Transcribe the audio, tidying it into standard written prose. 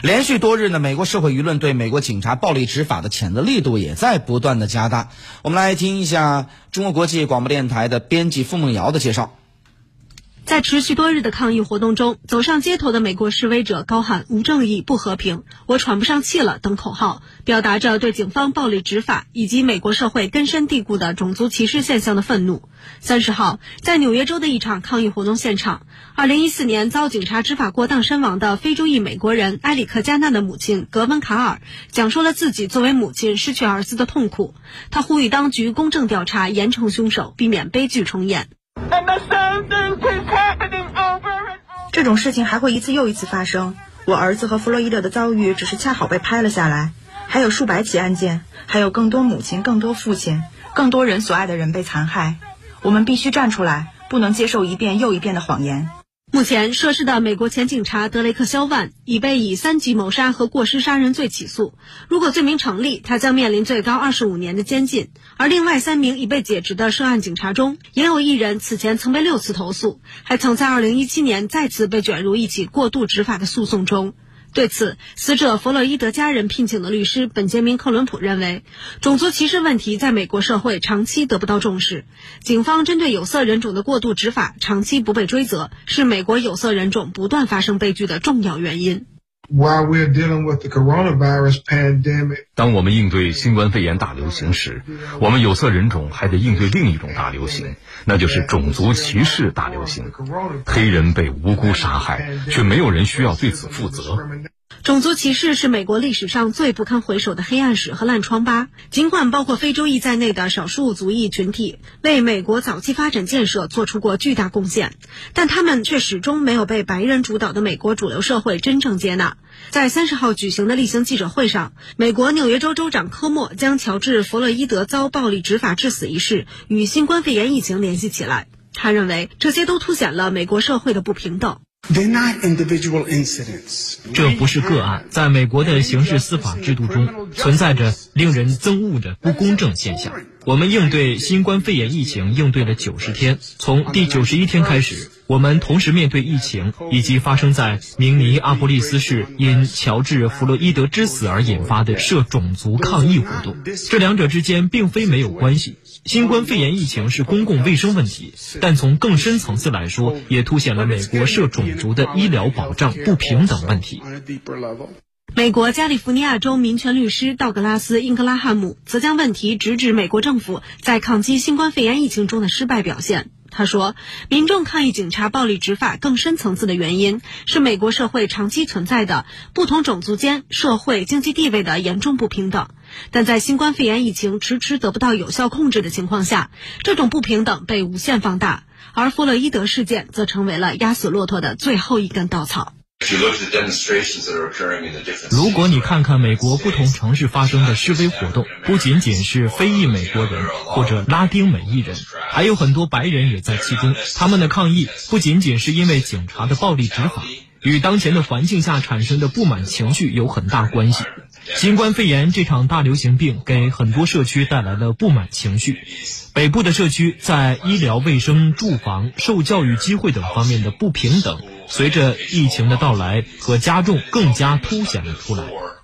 连续多日呢，美国社会舆论对美国警察暴力执法的谴责力度也在不断的加大。我们来听一下中国国际广播电台的编辑付梦瑶的介绍。 在持续多日的抗议活动中，走上街头的美国示威者高喊无正义不和平，我喘不上气了等口号，表达着对警方暴力执法以及美国社会根深蒂固的种族歧视现象的愤怒。30号，在纽约州的一场抗议活动现场，2014年遭警察执法过当身亡的非洲裔美国人埃里克加纳的母亲格温卡尔讲述了自己作为母亲失去儿子的痛苦。她呼吁当局公正调查，严惩凶手，避免悲剧重演。 这种事情还会一次又一次发生。我儿子和弗洛伊德的遭遇只是恰好被拍了下来，还有数百起案件，还有更多母亲、更多父亲、更多人所爱的人被残害。我们必须站出来，不能接受一遍又一遍的谎言。 目前涉事的美国前警察德雷克·肖万已被以3级谋杀和过失杀人罪起诉，如果罪名成立，他将面临最高25年的监禁。而另外3名已被解职的涉案警察中，也有1人此前曾被6次投诉，还曾在2017年再次被卷入一起过度执法的诉讼中。对此，死者弗洛伊德家人聘请的律师本杰明·克伦普认为，种族歧视问题在美国社会长期得不到重视，警方针对有色人种的过度执法长期不被追责，是美国有色人种不断发生悲剧的重要原因。 当我们应对新冠肺炎大流行时，我们有色人种还得应对另一种大流行，那就是种族歧视大流行。黑人被无辜杀害，却没有人需要对此负责。 种族歧视是美国历史上最不堪回首的黑暗史和烂疮疤。尽管包括非洲裔在内的少数族裔群体为美国早期发展建设做出过巨大贡献，但他们却始终没有被白人主导的美国主流社会真正接纳。在30号举行的例行记者会上，美国纽约州州长科莫将乔治·弗洛伊德遭暴力执法致死一事与新冠肺炎疫情联系起来。他认为这些都凸显了美国社会的不平等。 这不是个案，在美国的刑事司法制度中存在着令人憎恶的不公正现象。我们应对新冠肺炎疫情应对了90天，从第91天开始，我们同时面对疫情以及发生在明尼阿波利斯市因乔治·弗洛伊德之死而引发的涉种族抗议活动。这两者之间并非没有关系。新冠肺炎疫情是公共卫生问题，但从更深层次来说，也凸显了美国涉种族的医疗保障不平等问题。 美国加利福尼亚州民权律师道格拉斯·英格拉汉姆则将问题直指美国政府在抗击新冠肺炎疫情中的失败表现。他说，民众抗议警察暴力执法更深层次的原因是美国社会长期存在的不同种族间社会经济地位的严重不平等，但在新冠肺炎疫情迟迟得不到有效控制的情况下，这种不平等被无限放大，而弗洛伊德事件则成为了压死骆驼的最后一根稻草。 如果你看看美国不同城市发生的示威活动，不仅仅是非裔美国人或者拉丁美裔人，还有很多白人也在其中。他们的抗议不仅仅是因为警察的暴力执法，与当前的环境下产生的不满情绪有很大关系。新冠肺炎这场大流行病给很多社区带来了不满情绪，北部的社区在医疗卫生、住房、受教育机会等方面的不平等，随着疫情的到来和加重更加凸显了出来。